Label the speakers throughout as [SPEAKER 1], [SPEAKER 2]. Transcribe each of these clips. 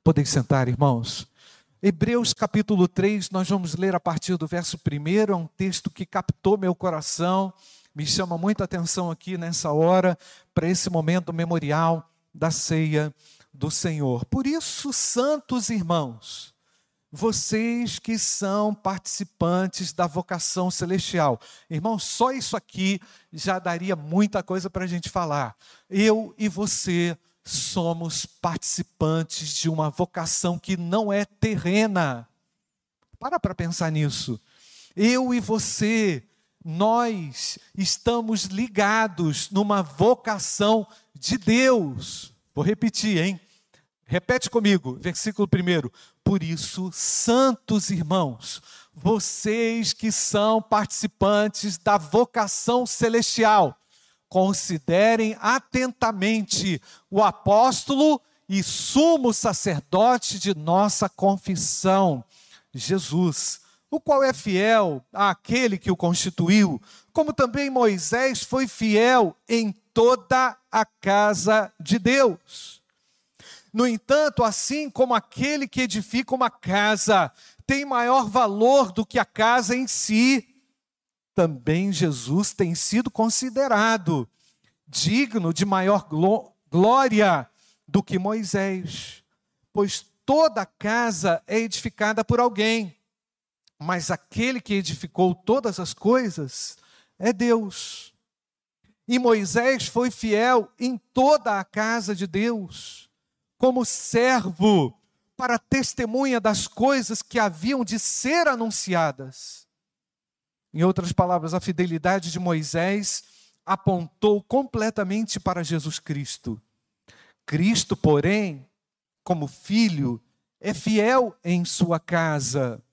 [SPEAKER 1] Podem sentar, irmãos. Hebreus capítulo 3, nós vamos ler a partir do verso 1, é um texto que captou meu coração, me chama muita atenção aqui nessa hora, para esse momento memorial da ceia do Senhor. Por isso, santos irmãos, vocês que são participantes da vocação celestial. Irmãos, só isso aqui já daria muita coisa para a gente falar. Eu e você somos participantes de uma vocação que não é terrena. Para pensar nisso. Eu e você, nós estamos ligados numa vocação de Deus. Vou repetir, hein? Repete comigo, versículo 1. Por isso, santos irmãos, vocês que são participantes da vocação celestial, considerem atentamente o apóstolo e sumo sacerdote de nossa confissão, Jesus, o qual é fiel àquele que o constituiu, como também Moisés foi fiel em toda a casa de Deus. No entanto, assim como aquele que edifica uma casa tem maior valor do que a casa em si, também Jesus tem sido considerado digno de maior glória do que Moisés, pois toda casa é edificada por alguém, mas aquele que edificou todas as coisas é Deus. E Moisés foi fiel em toda a casa de Deus, como servo para testemunha das coisas que haviam de ser anunciadas. Em outras palavras, a fidelidade de Moisés apontou completamente para Jesus Cristo. Cristo, porém, como filho, é fiel em sua casa.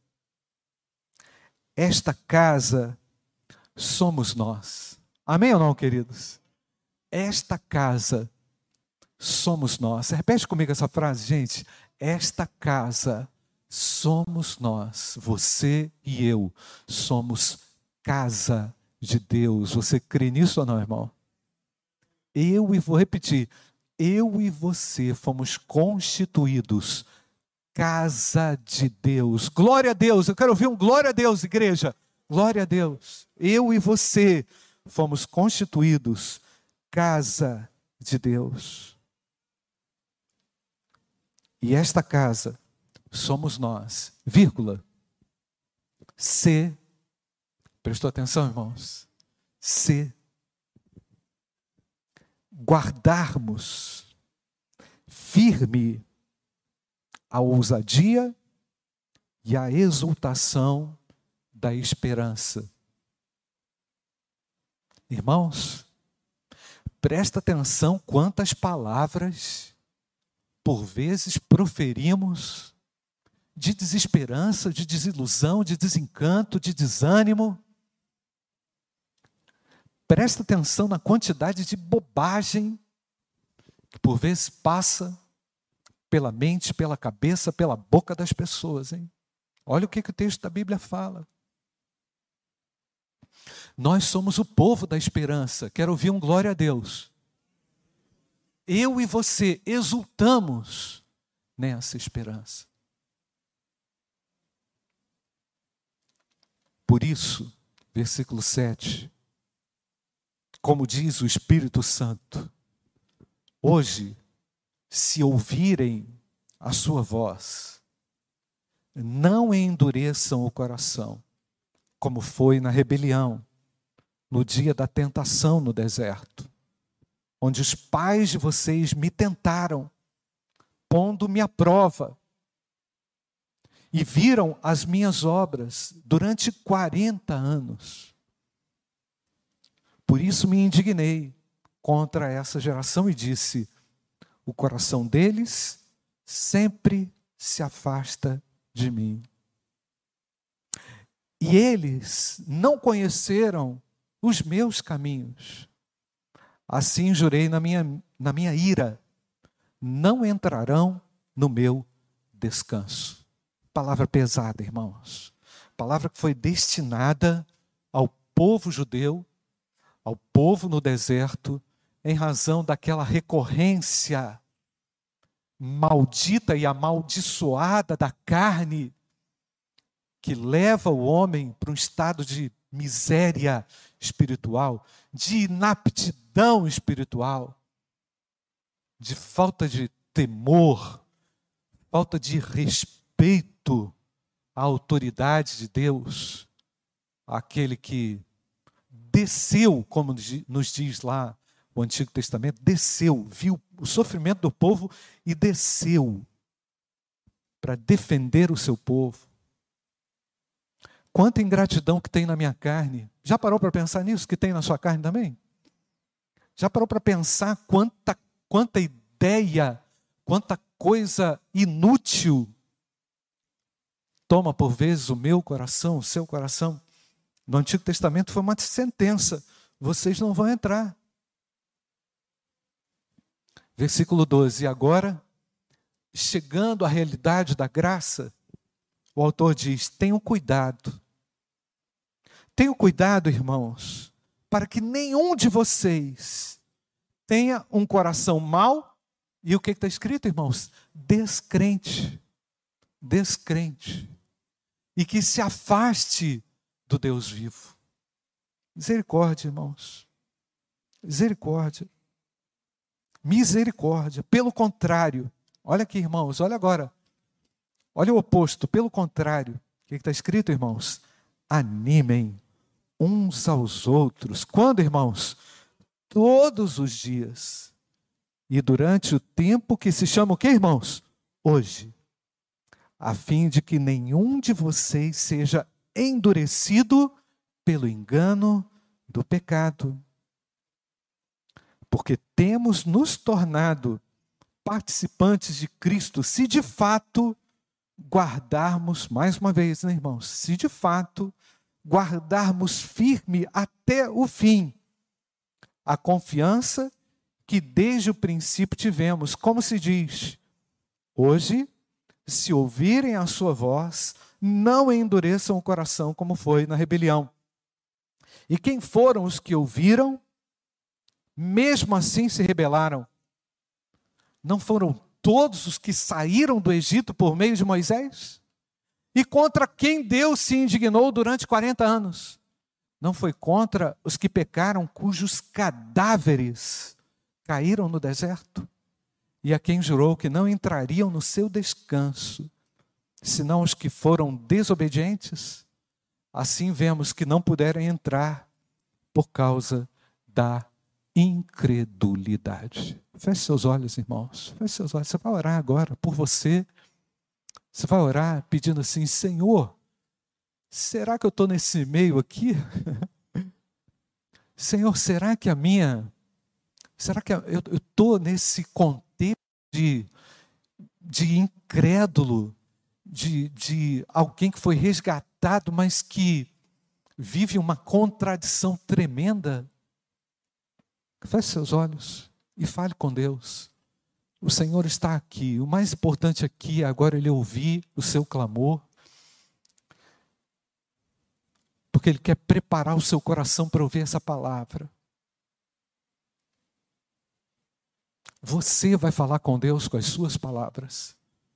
[SPEAKER 1] Esta casa somos nós. Amém ou não, queridos? Esta casa somos nós. Repete comigo essa frase, gente. Esta casa somos nós. Você e eu somos casa de Deus. Você crê nisso ou não, irmão? Vou repetir. Eu e você fomos constituídos casa de Deus. Glória a Deus. Eu quero ouvir um glória a Deus, igreja. Glória a Deus. Eu e você fomos constituídos casa de Deus. E esta casa somos nós, vírgula, se, prestou atenção, irmãos? Se guardarmos firme a ousadia e a exultação da esperança. Irmãos, presta atenção quantas palavras por vezes proferimos de desesperança, de desilusão, de desencanto, de desânimo. Presta atenção na quantidade de bobagem que por vezes passa pela mente, pela cabeça, pela boca das pessoas, hein? Olha o que o texto da Bíblia fala. Nós somos o povo da esperança. Quero ouvir um glória a Deus. Eu e você exultamos nessa esperança. Por isso, versículo 7, como diz o Espírito Santo, hoje, se ouvirem a sua voz, não endureçam o coração, como foi na rebelião, no dia da tentação no deserto, onde os pais de vocês me tentaram, pondo-me à prova, e viram as minhas obras durante 40 anos. Por isso me indignei contra essa geração e disse: o coração deles sempre se afasta de mim. E eles não conheceram os meus caminhos. Assim jurei na minha ira, não entrarão no meu descanso. Palavra pesada, irmãos. Palavra que foi destinada ao povo judeu, ao povo no deserto, em razão daquela recorrência maldita e amaldiçoada da carne, que leva o homem para um estado de miséria espiritual, de inaptidão espiritual, de falta de temor, falta de respeito à autoridade de Deus, aquele que desceu, como nos diz lá o Antigo Testamento, desceu, viu o sofrimento do povo e desceu para defender o seu povo. Quanta ingratidão que tem na minha carne. Já parou para pensar nisso que tem na sua carne também? Já parou para pensar quanta ideia, quanta coisa inútil toma por vezes o meu coração, o seu coração? No Antigo Testamento foi uma sentença: vocês não vão entrar. Versículo 12: e agora, chegando à realidade da graça, o autor diz: tenham cuidado, irmãos, para que nenhum de vocês tenha um coração mau, e o que está escrito, irmãos? Descrente, e que se afaste do Deus vivo. Misericórdia, irmãos, misericórdia. Pelo contrário, olha aqui, irmãos, olha agora, olha o oposto. Pelo contrário, o que está escrito, irmãos? Animem uns aos outros. Quando, irmãos? Todos os dias. E durante o tempo que se chama o quê, irmãos? Hoje. A fim de que nenhum de vocês seja endurecido pelo engano do pecado. Porque temos nos tornado participantes de Cristo, se de fato guardarmos, mais uma vez, né, irmãos? Se de fato guardarmos firme até o fim a confiança que desde o princípio tivemos. Como se diz: hoje, se ouvirem a sua voz, não endureçam o coração como foi na rebelião. E quem foram os que ouviram, mesmo assim se rebelaram? Não foram todos os que saíram do Egito por meio de Moisés? E contra quem Deus se indignou durante 40 anos? Não foi contra os que pecaram, cujos cadáveres caíram no deserto? E a quem jurou que não entrariam no seu descanso, senão os que foram desobedientes? Assim vemos que não puderam entrar por causa da incredulidade. Feche seus olhos, irmãos. Feche seus olhos. Você vai orar agora por você. Você vai orar pedindo assim: Senhor, será que eu estou nesse meio aqui? Senhor, será que eu estou nesse contexto de incrédulo, de alguém que foi resgatado, mas que vive uma contradição tremenda? Feche seus olhos e fale com Deus. O Senhor está aqui. O mais importante aqui agora é Ele ouvir o seu clamor, porque Ele quer preparar o seu coração para ouvir essa palavra. Você vai falar com Deus com as suas palavras.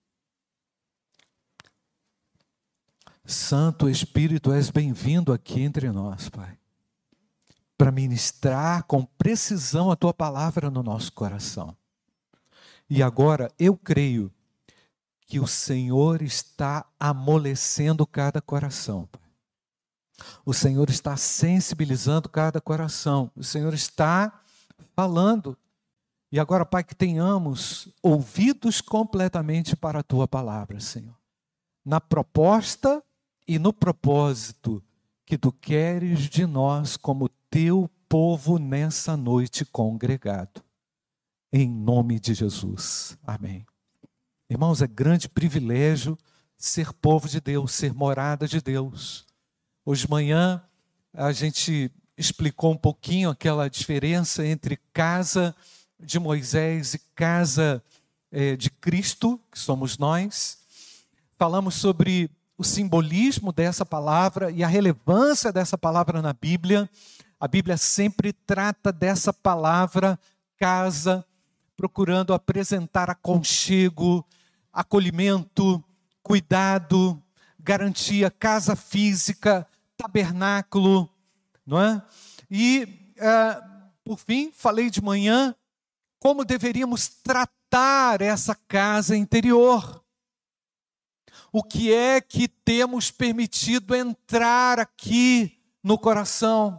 [SPEAKER 1] Santo Espírito, és bem-vindo aqui entre nós, Pai, para ministrar com precisão a Tua palavra no nosso coração. E agora eu creio que o Senhor está amolecendo cada coração, Pai. O Senhor está sensibilizando cada coração. O Senhor está falando. E agora, Pai, que tenhamos ouvidos completamente para a Tua palavra, Senhor. Na proposta e no propósito que Tu queres de nós como Teu povo nessa noite congregado. Em nome de Jesus. Amém. Irmãos, é grande privilégio ser povo de Deus, ser morada de Deus. Hoje de manhã a gente explicou um pouquinho aquela diferença entre casa de Moisés e casa de Cristo, que somos nós. Falamos sobre o simbolismo dessa palavra e a relevância dessa palavra na Bíblia. A Bíblia sempre trata dessa palavra casa procurando apresentar aconchego, acolhimento, cuidado, garantia, casa física, tabernáculo, não é? E, por fim, falei de manhã como deveríamos tratar essa casa interior. O que é que temos permitido entrar aqui no coração?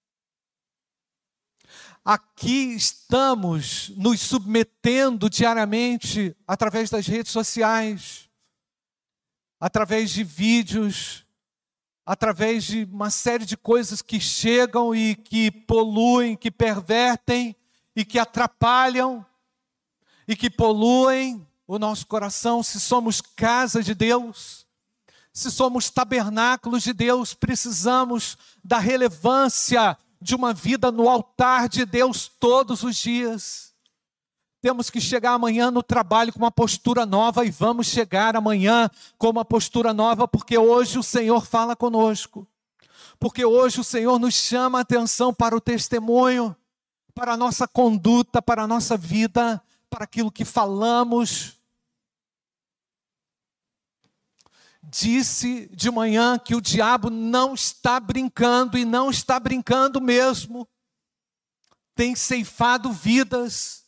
[SPEAKER 1] Aqui estamos nos submetendo diariamente através das redes sociais, através de vídeos, através de uma série de coisas que chegam e que poluem, que pervertem e que atrapalham e que poluem o nosso coração. Se somos casa de Deus, se somos tabernáculos de Deus, precisamos da relevância de uma vida no altar de Deus todos os dias. Temos que chegar amanhã no trabalho com uma postura nova, e vamos chegar amanhã com uma postura nova, porque hoje o Senhor fala conosco, porque hoje o Senhor nos chama a atenção para o testemunho, para a nossa conduta, para a nossa vida, para aquilo que falamos. Disse de manhã que o diabo não está brincando, e não está brincando mesmo. Tem ceifado vidas,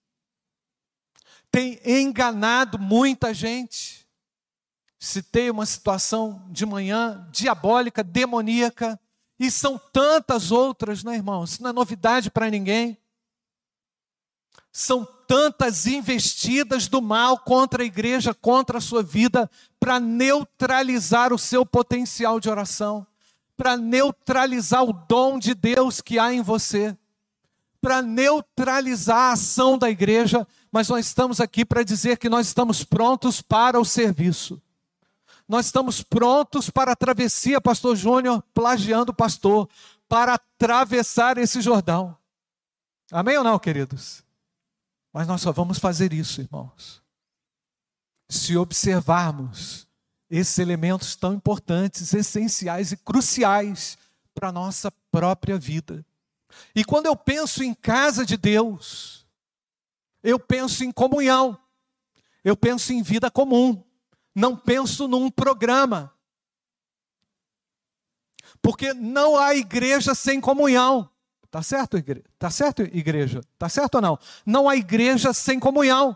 [SPEAKER 1] tem enganado muita gente. Citei uma situação de manhã diabólica, demoníaca, e são tantas outras, né, irmãos? Isso não é novidade para ninguém. São tantas investidas do mal contra a igreja, contra a sua vida, para neutralizar o seu potencial de oração, para neutralizar o dom de Deus que há em você, para neutralizar a ação da igreja. Mas nós estamos aqui para dizer que nós estamos prontos para o serviço. Nós estamos prontos para a travessia, pastor Júnior, plagiando o pastor, para atravessar esse Jordão. Amém ou não, queridos? Mas nós só vamos fazer isso, irmãos, se observarmos esses elementos tão importantes, essenciais e cruciais para a nossa própria vida. E quando eu penso em casa de Deus, eu penso em comunhão, eu penso em vida comum, não penso num programa. Porque não há igreja sem comunhão. Tá certo, igreja? Tá certo, igreja? Tá certo ou não? Não há igreja sem comunhão.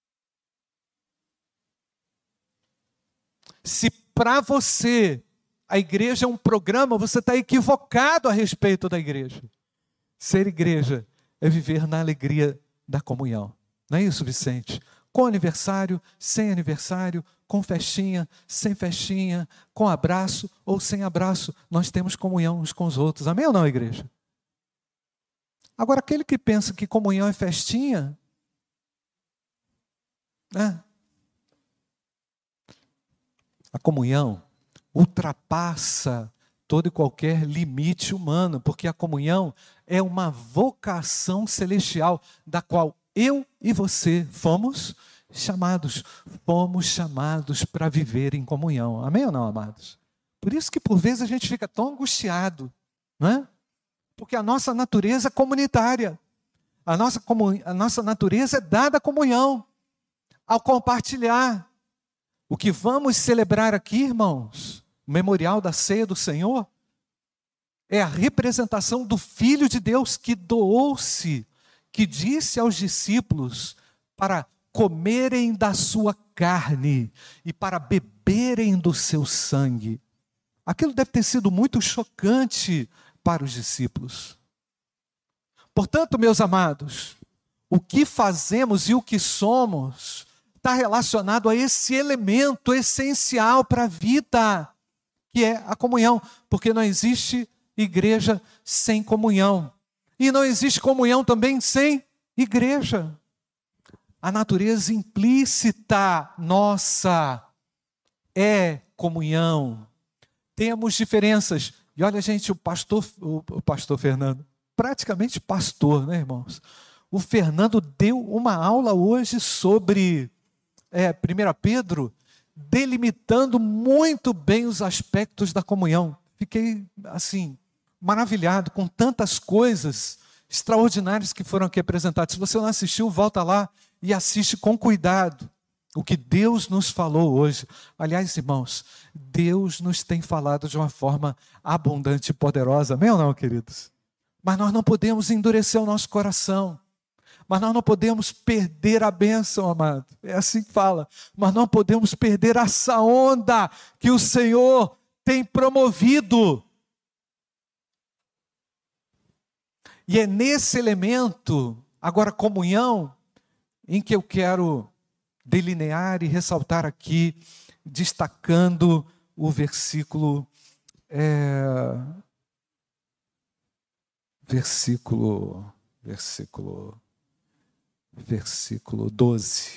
[SPEAKER 1] Se para você a igreja é um programa, você está equivocado a respeito da igreja. Ser igreja é viver na alegria da comunhão. Não é isso, Vicente? Com aniversário, sem aniversário, com festinha, sem festinha, com abraço ou sem abraço, nós temos comunhão uns com os outros. Amém ou não, igreja? Agora, aquele que pensa que comunhão é festinha, né? A comunhão ultrapassa todo e qualquer limite humano, porque a comunhão é uma vocação celestial, da qual eu e você fomos chamados para viver em comunhão. Amém ou não, amados? Por isso que por vezes a gente fica tão angustiado, não é? Porque a nossa natureza é comunitária. A nossa natureza é dada à comunhão, ao compartilhar. O que vamos celebrar aqui, irmãos, o memorial da ceia do Senhor, é a representação do Filho de Deus que doou-se, que disse aos discípulos para comerem da sua carne e para beberem do seu sangue. Aquilo deve ter sido muito chocante para os discípulos. Portanto, meus amados, o que fazemos e o que somos está relacionado a esse elemento essencial para a vida, que é a comunhão, porque não existe igreja sem comunhão, e não existe comunhão também sem igreja. A natureza implícita nossa é comunhão. Temos diferenças. E olha, gente, o pastor Fernando, praticamente pastor, né, irmãos? O Fernando deu uma aula hoje sobre 1 Pedro, delimitando muito bem os aspectos da comunhão. Fiquei, assim, maravilhado com tantas coisas extraordinários que foram aqui apresentados. Se você não assistiu, volta lá e assiste com cuidado o que Deus nos falou hoje. Aliás, irmãos, Deus nos tem falado de uma forma abundante e poderosa. Amém ou não, queridos? Mas nós não podemos endurecer o nosso coração. Mas nós não podemos perder a bênção, amado. É assim que fala. Mas não podemos perder essa onda que o Senhor tem promovido. E é nesse elemento, agora comunhão, em que eu quero delinear e ressaltar aqui, destacando o versículo 12.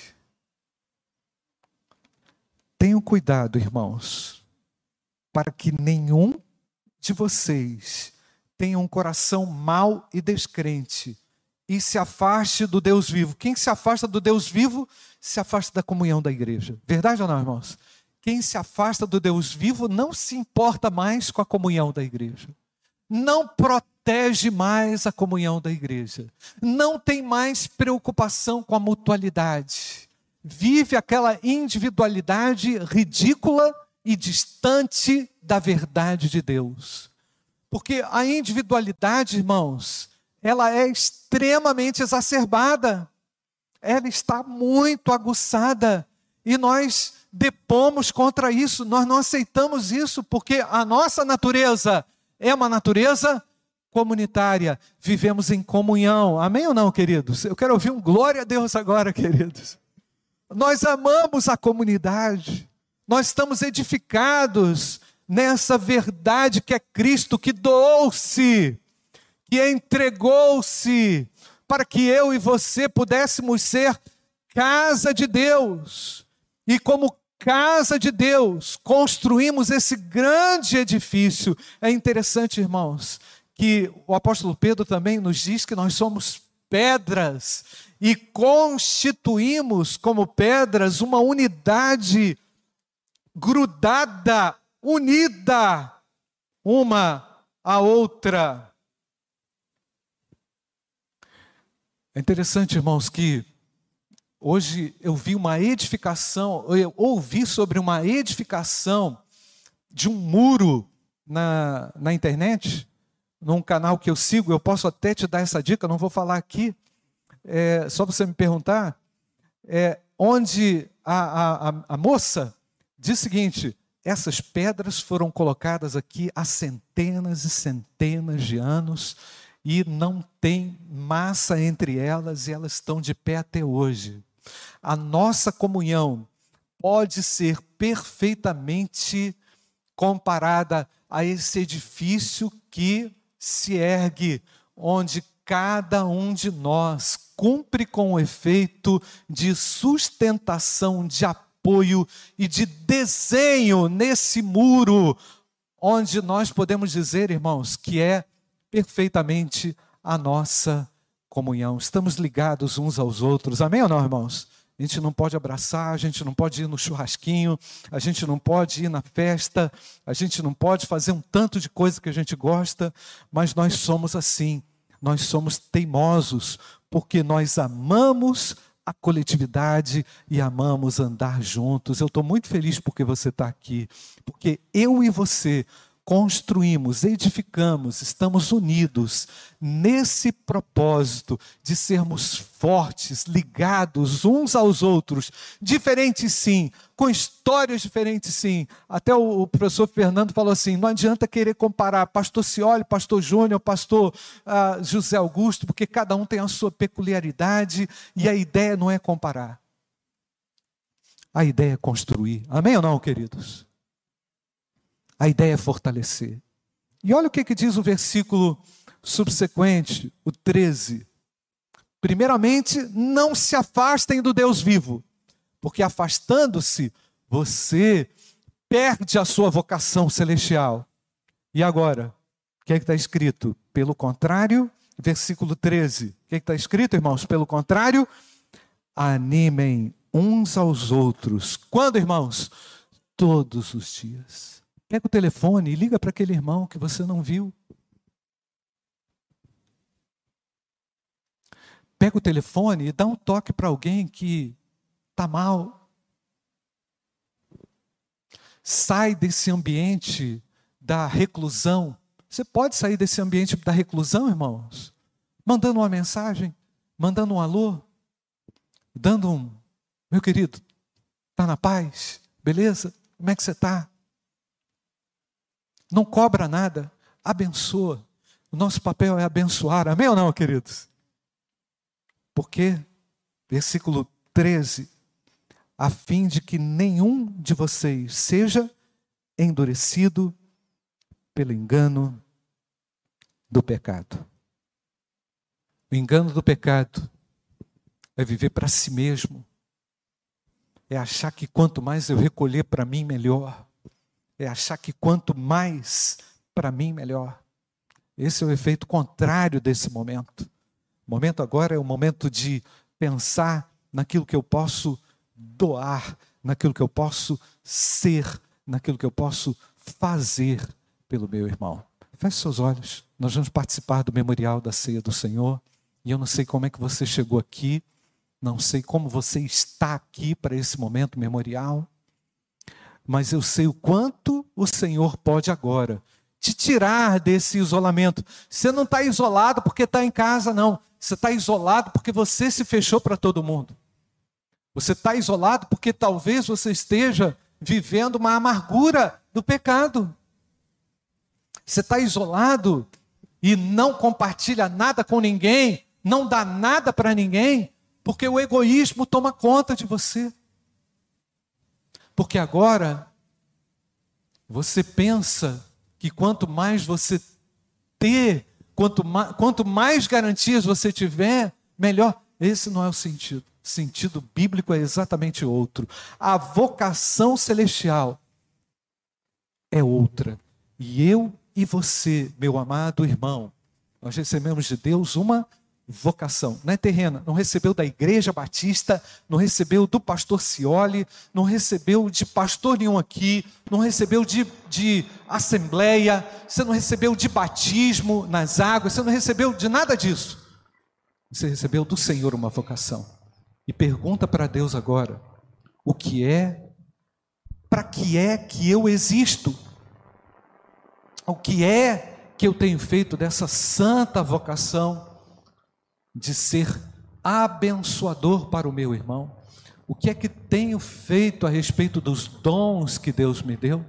[SPEAKER 1] Tenham cuidado, irmãos, para que nenhum de vocês tenha um coração mau e descrente e se afaste do Deus vivo. Quem se afasta do Deus vivo, se afasta da comunhão da igreja. Verdade ou não, irmãos? Quem se afasta do Deus vivo não se importa mais com a comunhão da igreja. Não protege mais a comunhão da igreja. Não tem mais preocupação com a mutualidade. Vive aquela individualidade ridícula e distante da verdade de Deus. Porque a individualidade, irmãos, ela é extremamente exacerbada. Ela está muito aguçada. E nós depomos contra isso. Nós não aceitamos isso, porque a nossa natureza é uma natureza comunitária. Vivemos em comunhão. Amém ou não, queridos? Eu quero ouvir um glória a Deus agora, queridos. Nós amamos a comunidade. Nós estamos edificados nessa verdade que é Cristo, que doou-se, que entregou-se, para que eu e você pudéssemos ser casa de Deus. E como casa de Deus, construímos esse grande edifício. É interessante, irmãos, que o apóstolo Pedro também nos diz que nós somos pedras e constituímos como pedras uma unidade grudada, unida uma à outra. É interessante, irmãos, que hoje eu vi uma edificação, eu ouvi sobre uma edificação de um muro na internet, num canal que eu sigo. Eu posso até te dar essa dica, não vou falar aqui, só você me perguntar, onde a moça diz o seguinte: essas pedras foram colocadas aqui há centenas e centenas de anos e não tem massa entre elas e elas estão de pé até hoje. A nossa comunhão pode ser perfeitamente comparada a esse edifício que se ergue, onde cada um de nós cumpre com o efeito de sustentação, de apoio e de desenho nesse muro, onde nós podemos dizer, irmãos, que é perfeitamente a nossa comunhão. Estamos ligados uns aos outros. Amém ou não, irmãos? A gente não pode abraçar, a gente não pode ir no churrasquinho, a gente não pode ir na festa, a gente não pode fazer um tanto de coisa que a gente gosta, mas nós somos assim. Nós somos teimosos, porque nós amamos a coletividade e amamos andar juntos. Eu estou muito feliz porque você está aqui, porque eu e você construímos, edificamos, estamos unidos nesse propósito de sermos fortes, ligados uns aos outros, diferentes sim, com histórias diferentes sim. Até o professor Fernando falou assim: não adianta querer comparar pastor Cioli, pastor Júnior, pastor José Augusto, porque cada um tem a sua peculiaridade e a ideia não é comparar. A ideia é construir. Amém ou não, queridos? A ideia é fortalecer. E olha o que diz o versículo subsequente, o 13. Primeiramente, não se afastem do Deus vivo, porque afastando-se, você perde a sua vocação celestial. E agora, o que está escrito? Pelo contrário, versículo 13. O que está escrito, irmãos? Pelo contrário, animem uns aos outros. Quando, irmãos? Todos os dias. Pega o telefone e liga para aquele irmão que você não viu. Pega o telefone e dá um toque para alguém que está mal. Sai desse ambiente da reclusão. Você pode sair desse ambiente da reclusão, irmãos? Mandando uma mensagem, mandando um alô, dando um: meu querido, está na paz? Beleza? Como é que você está? Não cobra nada, abençoa. O nosso papel é abençoar, amém ou não, queridos? Porque, versículo 13, a fim de que nenhum de vocês seja endurecido pelo engano do pecado. O engano do pecado é viver para si mesmo, é achar que quanto mais eu recolher para mim, melhor, é achar que quanto mais para mim, melhor. Esse é o efeito contrário desse momento. O momento agora é o momento de pensar naquilo que eu posso doar, naquilo que eu posso ser, naquilo que eu posso fazer pelo meu irmão. Feche seus olhos, nós vamos participar do memorial da ceia do Senhor, e eu não sei como é que você chegou aqui, não sei como você está aqui para esse momento memorial, mas eu sei o quanto o Senhor pode agora te tirar desse isolamento. Você não está isolado porque está em casa, não. Você está isolado porque você se fechou para todo mundo. Você está isolado porque talvez você esteja vivendo uma amargura do pecado. Você está isolado e não compartilha nada com ninguém, não dá nada para ninguém, porque o egoísmo toma conta de você. Porque agora você pensa que quanto mais você ter, quanto mais garantias você tiver, melhor. Esse não é o sentido. O sentido bíblico é exatamente outro. A vocação celestial é outra. E eu e você, meu amado irmão, nós recebemos de Deus uma vocação. Não é terrena, não recebeu da Igreja Batista, não recebeu do pastor Cioli, não recebeu de pastor nenhum aqui, não recebeu de assembleia, você não recebeu de batismo nas águas, você não recebeu de nada disso. Você recebeu do Senhor uma vocação. E pergunta para Deus agora: o que é, para que é que eu existo? O que é que eu tenho feito dessa santa vocação de ser abençoador para o meu irmão? O que é que tenho feito a respeito dos dons que Deus me deu?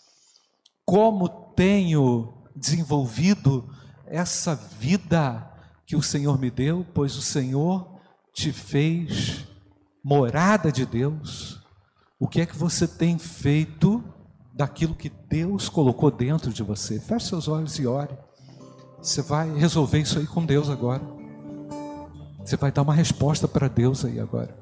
[SPEAKER 1] Como tenho desenvolvido essa vida que o Senhor me deu? Pois o Senhor te fez morada de Deus. O que é que você tem feito daquilo que Deus colocou dentro de você? Feche seus olhos e ore. Você vai resolver isso aí com Deus agora. Você vai dar uma resposta para Deus aí agora.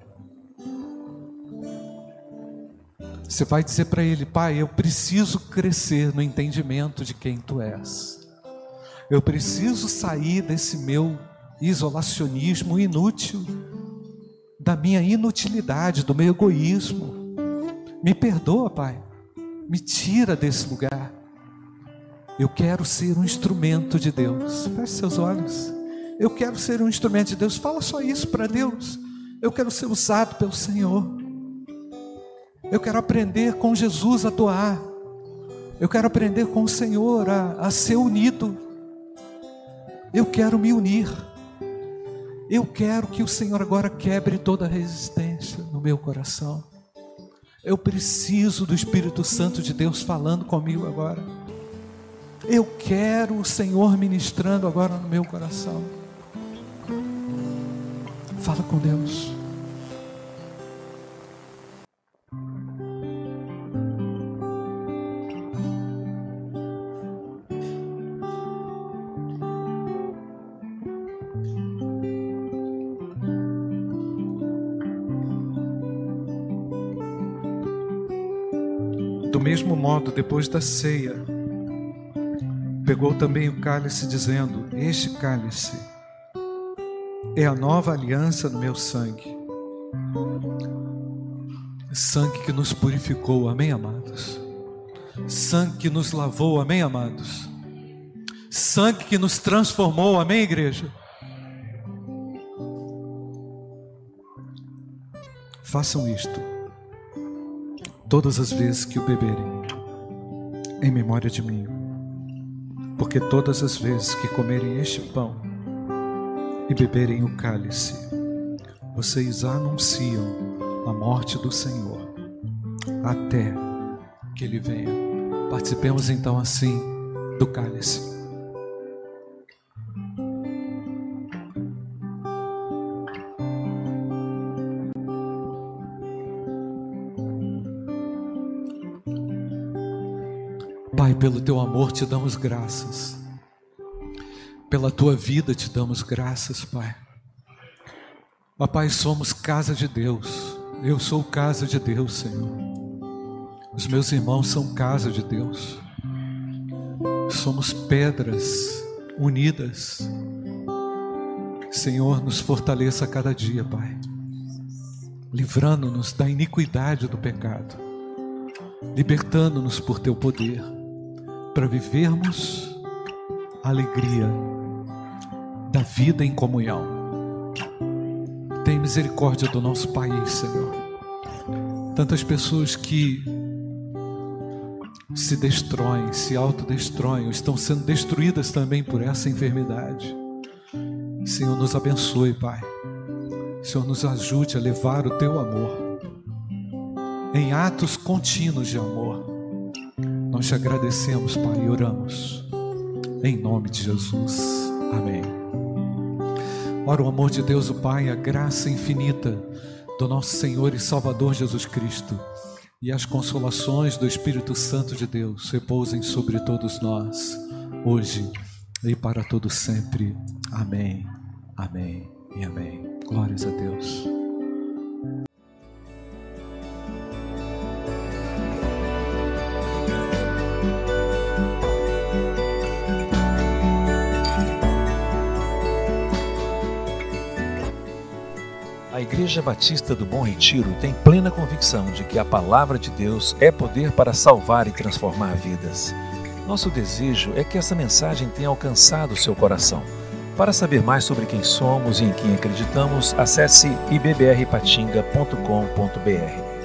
[SPEAKER 1] Você vai dizer para Ele: Pai, eu preciso crescer no entendimento de quem Tu és. Eu preciso sair desse meu isolacionismo inútil, da minha inutilidade, do meu egoísmo. Me perdoa, Pai. Me tira desse lugar. Eu quero ser um instrumento de Deus. Feche seus olhos. Eu quero ser um instrumento de Deus. Fala só isso para Deus. Eu quero ser usado pelo Senhor. Eu quero aprender com Jesus a doar. Eu quero aprender com o Senhor a ser unido. Eu quero me unir. Eu quero que o Senhor agora quebre toda a resistência no meu coração. Eu preciso do Espírito Santo de Deus falando comigo agora. Eu quero o Senhor ministrando agora no meu coração. Fala com Deus. Do mesmo modo, depois da ceia, pegou também o cálice, dizendo: este cálice é a nova aliança no meu sangue. Sangue que nos purificou, amém, amados? Sangue que nos lavou, amém, amados? Sangue que nos transformou, amém, igreja? Façam isto todas as vezes que o beberem, em memória de mim. Porque todas as vezes que comerem este pão e beberem o cálice, vocês anunciam a morte do Senhor até que Ele venha. Participemos então assim do cálice. Pai, pelo Teu amor te damos graças. Pela Tua vida te damos graças, Pai. Ó Pai, somos casa de Deus. Eu sou casa de Deus, Senhor. Os meus irmãos são casa de Deus. Somos pedras unidas. Senhor, nos fortaleça a cada dia, Pai, livrando-nos da iniquidade do pecado, libertando-nos por Teu poder, para vivermos a alegria da vida em comunhão. Tem misericórdia do nosso país, Senhor. Tantas pessoas que se destroem, se autodestroem, estão sendo destruídas também por essa enfermidade. Senhor, nos abençoe, Pai. Senhor, nos ajude a levar o Teu amor em atos contínuos de amor. Nós te agradecemos, Pai, e oramos em nome de Jesus. Amém. Ora, o amor de Deus, o Pai, a graça infinita do nosso Senhor e Salvador Jesus Cristo e as consolações do Espírito Santo de Deus repousem sobre todos nós, hoje e para todo sempre. Amém, amém e amém. Glórias a Deus.
[SPEAKER 2] A Igreja Batista do Bom Retiro tem plena convicção de que a Palavra de Deus é poder para salvar e transformar vidas. Nosso desejo é que essa mensagem tenha alcançado o seu coração. Para saber mais sobre quem somos e em quem acreditamos, acesse ibbrpatinga.com.br.